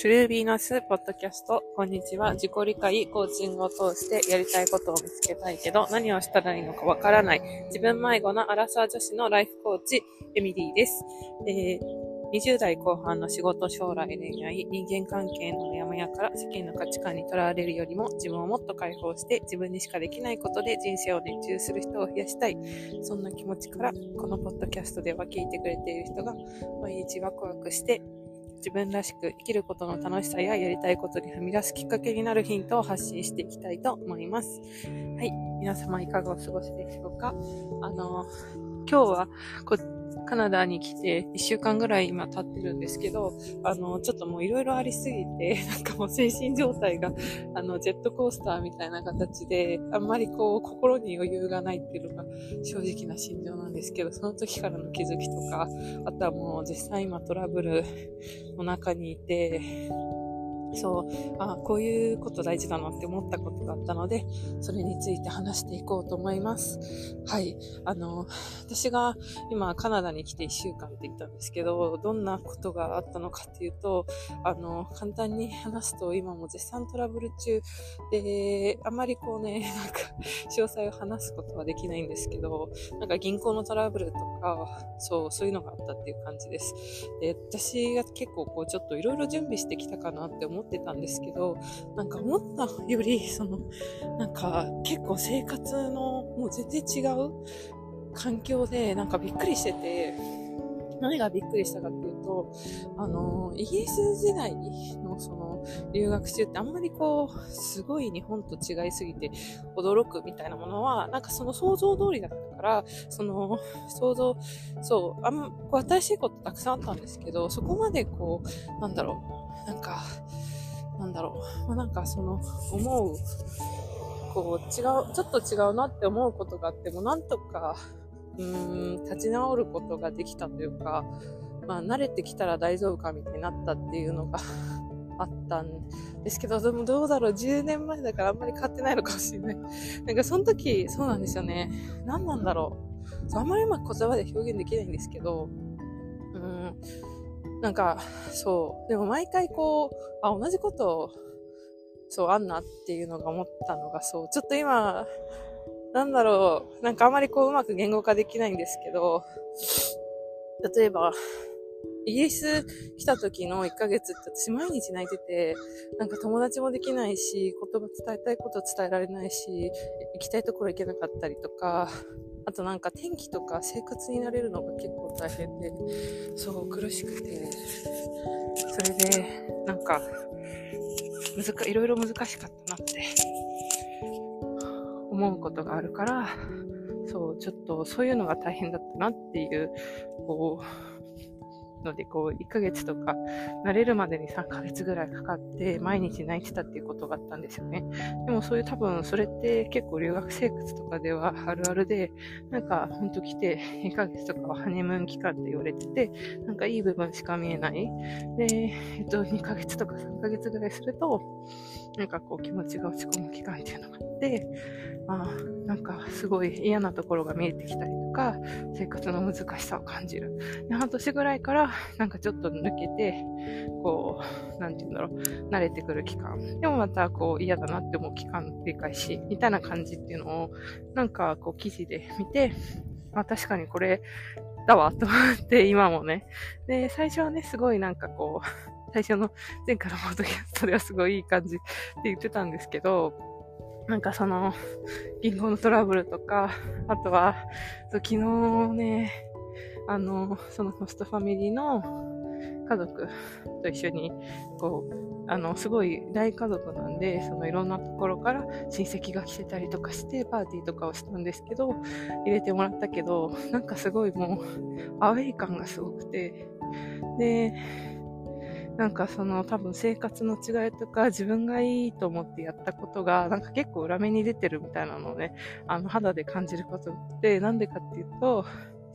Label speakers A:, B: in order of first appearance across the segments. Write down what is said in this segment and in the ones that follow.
A: トゥルービーナスポッドキャスト。こんにちは。自己理解、コーチングを通してやりたいことを見つけたいけど、何をしたらいいのかわからない。自分迷子なアラサー女子のライフコーチ、エミリーです。20代後半の仕事、将来、恋愛、人間関係のモヤモヤから世間の価値観にとらわれるよりも自分をもっと解放して自分にしかできないことで人生を熱中する人を増やしたい。そんな気持ちからこのポッドキャストでは聞いてくれている人が毎日ワクワクして自分らしく生きることの楽しさややりたいことに踏み出すきっかけになるヒントを発信していきたいと思います。はい。皆様いかがお過ごしでしょうか。今日はカナダに来て1週間ぐらい今経ってるんですけど、ちょっともういろいろありすぎて、なんかもう精神状態が、ジェットコースターみたいな形で、あんまり心に余裕がないっていうのが正直な心情なんですけど、その時からの気づきとか、あとはもう実際今トラブルの中にいて、こういうこと大事だなって思ったことがあったので、それについて話していこうと思います。はい。私が今カナダに来て1週間って言ったんですけど、どんなことがあったのかっていうと、簡単に話すと今も絶賛トラブル中で、あんまり詳細を話すことはできないんですけど、銀行のトラブルとか、そういうのがあったっていう感じです。で、私が結構ちょっといろいろ準備してきたかなって思ってたんですけど、思ったより、結構生活のもう全然違う環境でびっくりしてて、何がびっくりしたかっていうと、イギリス時代の留学中ってあんまりすごい日本と違いすぎて驚くみたいなものは、その想像通りだったから、新しいことたくさんあったんですけど、そこまで思う、ちょっと違うなって思うことがあっても、なんとか、立ち直ることができたというか、慣れてきたら大丈夫かみたいになったっていうのがあったんですけど、でもどうだろう、10年前だからあんまり変わってないのかもしれない。その時、そうなんですよね。何なんだろう。あんまりうまく言葉で表現できないんですけど、でも毎回同じことを、あんなっていうのが思ったのが、ちょっと今、あんまりうまく言語化できないんですけど、例えば、イギリス来た時の1ヶ月って私毎日泣いてて、友達もできないし、言葉伝えたいこと伝えられないし、行きたいところ行けなかったりとか、あと天気とか生活に慣れるのが結構大変で、苦しくて、それで、いろいろ難しかったなって思うことがあるから、ちょっとそういうのが大変だったなっていう、ので1ヶ月とか慣れるまでに3ヶ月ぐらいかかって毎日泣いてたっていうことがあったんですよね。でも多分それって結構留学生活とかではあるあるで、ほんと来て2ヶ月とかはハネムーン期間って言われてて、いい部分しか見えない。で、2ヶ月とか3ヶ月ぐらいすると、気持ちが落ち込む期間っていうのがあって、すごい嫌なところが見えてきたりとか、生活の難しさを感じる。で、半年ぐらいからちょっと抜けて、慣れてくる期間。でもまた嫌だなって思う期間の繰り返し、みたいな感じっていうのを、記事で見て、確かにこれだわ、と思って、今もね。で、最初はね、すごい最初の前回のポッドキャストではすごいいい感じって言ってたんですけど、銀行のトラブルとか、あとは、昨日ね、そのホストファミリーの家族と一緒に、すごい大家族なんで、いろんなところから親戚が来てたりとかして、パーティーとかをしたんですけど、入れてもらったけど、すごいもう、アウェイ感がすごくて、で、多分生活の違いとか自分がいいと思ってやったことが結構裏目に出てるみたいなのをね、肌で感じることってなんでかっていうと、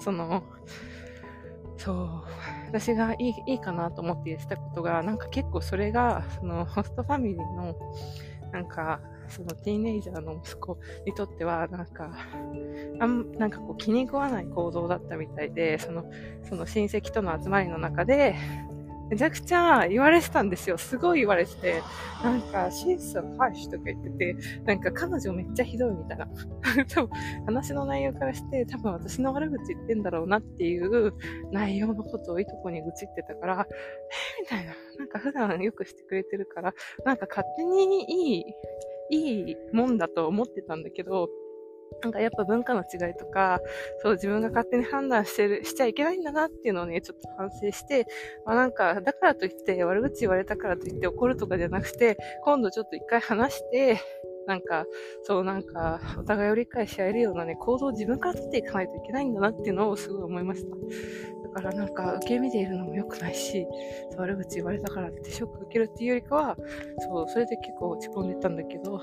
A: 私がいいかなと思ってやってたことが結構それがホストファミリーのティーネイジャーの息子にとっては気に食わない行動だったみたいで、その親戚との集まりの中でめちゃくちゃ言われてたんですよ。すごい言われてて、なんか、she's so harsh とか言ってて、なんか彼女めっちゃひどいみたいな。多分、話の内容からして、多分私の悪口言ってんだろうなっていう内容のことをいとこに愚痴ってたから、みたいな。なんか普段よくしてくれてるから、なんか勝手にいいもんだと思ってたんだけど、なんかやっぱ文化の違いとか、そう自分が勝手に判断しちゃいけないんだなっていうのをね、ちょっと反省して、なんか、だからといって、悪口言われたからといって怒るとかじゃなくて、今度ちょっと一回話して、なんか、お互いを理解し合えるようなね、行動を自分から取っていかないといけないんだなっていうのをすごい思いました。だからなんか、受け身でいるのも良くないし、悪口言われたからってショック受けるっていうよりかは、それで結構落ち込んでたんだけど、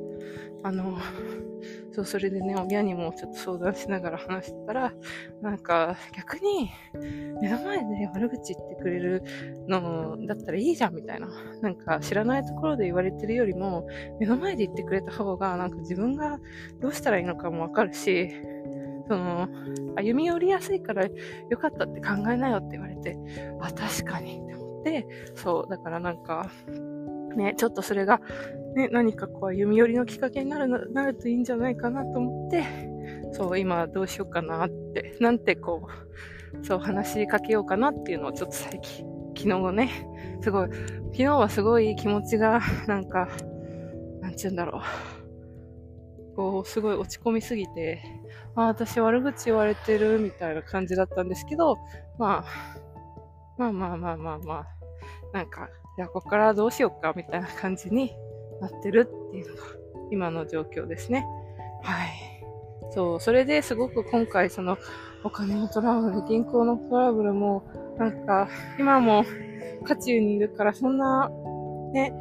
A: それでね、親にもちょっと相談しながら話してたら、なんか逆に目の前で悪口言ってくれるのだったらいいじゃんみたいな。なんか知らないところで言われてるよりも、目の前で言ってくれた方が、なんか自分がどうしたらいいのかもわかるし、歩み寄りやすいからよかったって考えなよって言われて、確かにって思って、だからなんか、ね、ちょっとそれが、ね、何か歩み寄りのきっかけになるといいんじゃないかなと思って、今どうしようかなって、なんて話しかけようかなっていうのをちょっと昨日ね、昨日はすごい気持ちが、なんちゅうんだろう。すごい落ち込みすぎて、私悪口言われてるみたいな感じだったんですけど、まあ、なんか、じゃあここからどうしようかみたいな感じになってるっていうのが今の状況ですね。はい。それですごく今回お金のトラブル、銀行のトラブルも、なんか、今も渦中にいるからそんな、ね、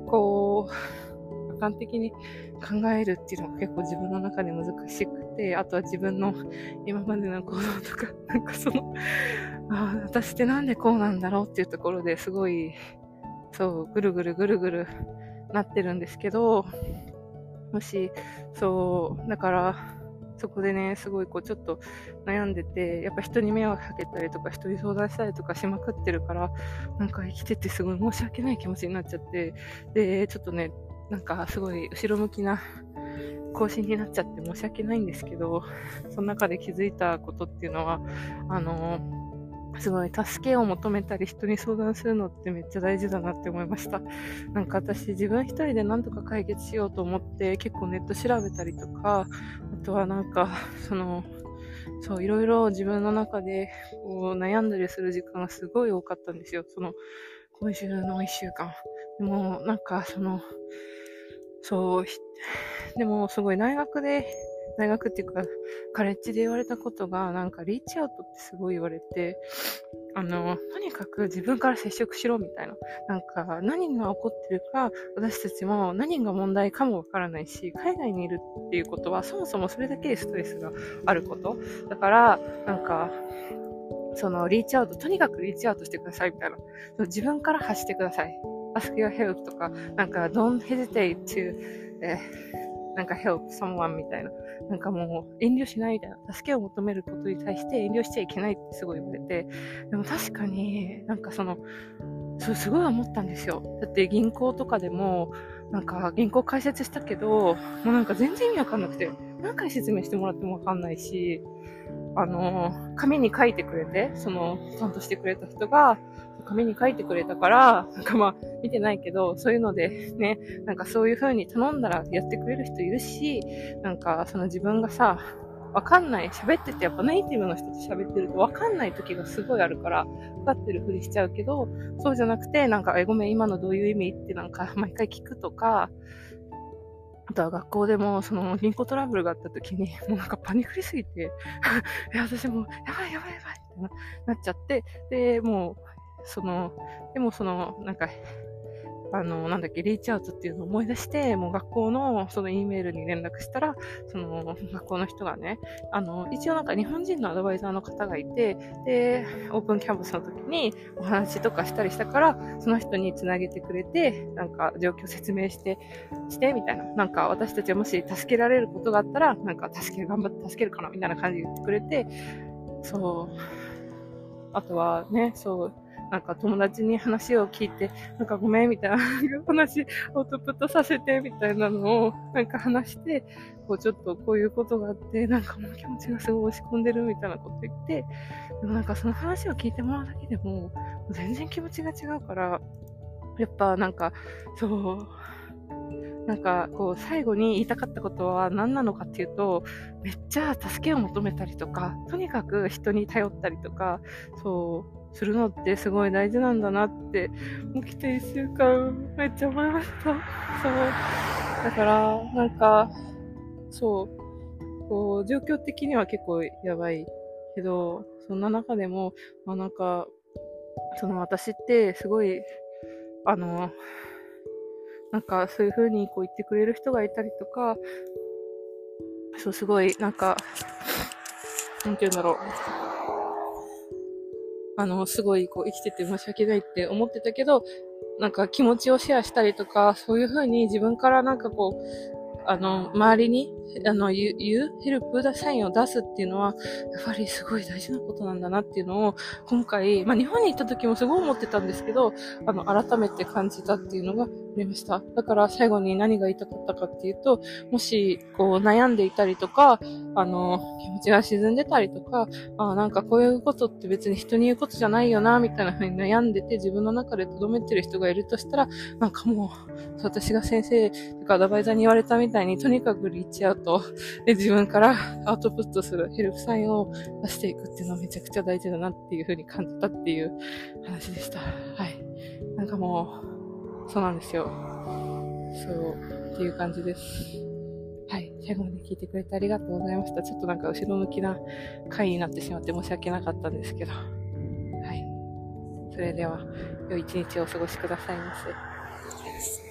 A: 客観的に考えるっていうのが結構自分の中で難しくて、あとは自分の今までの行動とか、なんか私ってなんでこうなんだろうっていうところですごい、ぐるぐるなってるんですけど、だから、そこでね、すごいちょっと悩んでて、やっぱ人に迷惑かけたりとか、人に相談したりとかしまくってるから、なんか生きててすごい申し訳ない気持ちになっちゃって、で、ちょっとね、なんかすごい後ろ向きな更新になっちゃって申し訳ないんですけど、その中で気づいたことっていうのは、すごい助けを求めたり人に相談するのってめっちゃ大事だなって思いました。なんか私自分一人で何とか解決しようと思って結構ネット調べたりとか、あとはなんかいろいろ自分の中で悩んだりする時間がすごい多かったんですよ。今週の1週間。でもなんかでもすごい大学っていうか、カレッジで言われたことが、なんかリーチアウトってすごい言われて、とにかく自分から接触しろみたいな。なんか何が起こってるか、私たちも何が問題かもわからないし、海外にいるっていうことは、そもそもそれだけでストレスがあること。だから、なんか、リーチアウト、とにかくリーチアウトしてくださいみたいな。自分から発してください。ask your help とか、なんか don't hesitate to、なんか help someone みたいな。なんかもう遠慮しないみたいな。助けを求めることに対して遠慮しちゃいけないってすごい言われて。でも確かになんかすごい思ったんですよ。だって銀行とかでも、なんか銀行開設したけど、もうなんか全然意味わかんなくて、何回説明してもらってもわかんないし、紙に書いてくれて、ちゃんとしてくれた人が、紙に書いてくれたから、なんか見てないけど、そういうのでね、なんかそういう風に頼んだらやってくれる人いるし、なんか自分がさ、わかんない、喋っててやっぱネイティブの人と喋ってるとわかんない時がすごいあるから、わかってるふりしちゃうけど、そうじゃなくて、なんか、ごめん、今のどういう意味ってなんか毎回聞くとか、あとは学校でも、銀行トラブルがあった時に、もうなんかパニクりすぎて、私も、やばいってなっちゃって、で、もう、なんか、リーチアウトっていうのを思い出して、もう学校のEメールに連絡したら、学校の人がね、一応なんか日本人のアドバイザーの方がいて、で、オープンキャンパスの時にお話とかしたりしたから、その人につなげてくれて、なんか状況説明して、みたいな。なんか私たちはもし助けられることがあったら、なんか頑張って助けるかな、みたいな感じで言ってくれて、あとはね、 なんか友達に話を聞いて、なんかごめんみたいな話、アウトプットさせてみたいなのをなんか話して、こうちょっとこういうことがあって、なんかもう気持ちがすごい落ち込んでるみたいなこと言って、でもなんかその話を聞いてもらうだけでも、全然気持ちが違うから、やっぱなんか、そう、なんかこう最後に言いたかったことは何なのかっていうと、めっちゃ助けを求めたりとか、とにかく人に頼ったりとか、そうするのってすごい大事なんだなって、起きて1週間めっちゃ思いました。そうだからなんかこう状況的には結構やばいけど、そんな中でもなんかその私ってすごいなんかそういう風にこう言ってくれる人がいたりとか、そうすごいなんかなんて言うんだろう、すごいこう生きてて申し訳ないって思ってたけど、なんか気持ちをシェアしたりとか、そういう風に自分からなんかこう周りに、ヘルプサインを出すっていうのは、やっぱりすごい大事なことなんだなっていうのを、今回、日本に行った時もすごい思ってたんですけど、改めて感じたっていうのがありました。だから最後に何が言いたかったかっていうと、もし、こう、悩んでいたりとか、気持ちが沈んでたりとか、なんかこういうことって別に人に言うことじゃないよな、みたいな風に悩んでて、自分の中で留めてる人がいるとしたら、なんかもう、私が先生とかアドバイザーに言われたみたいに、とにかくリーチアウトで自分からアウトプットするヘルプサインを出していくっていうのはめちゃくちゃ大事だなっていう風に感じたっていう話でした。はい。なんかもう、そうなんですよ。そうっていう感じです。はい。最後まで聞いてくれてありがとうございました。ちょっとなんか後ろ向きな回になってしまって申し訳なかったんですけど。はい。それでは、良い一日をお過ごしくださいませ。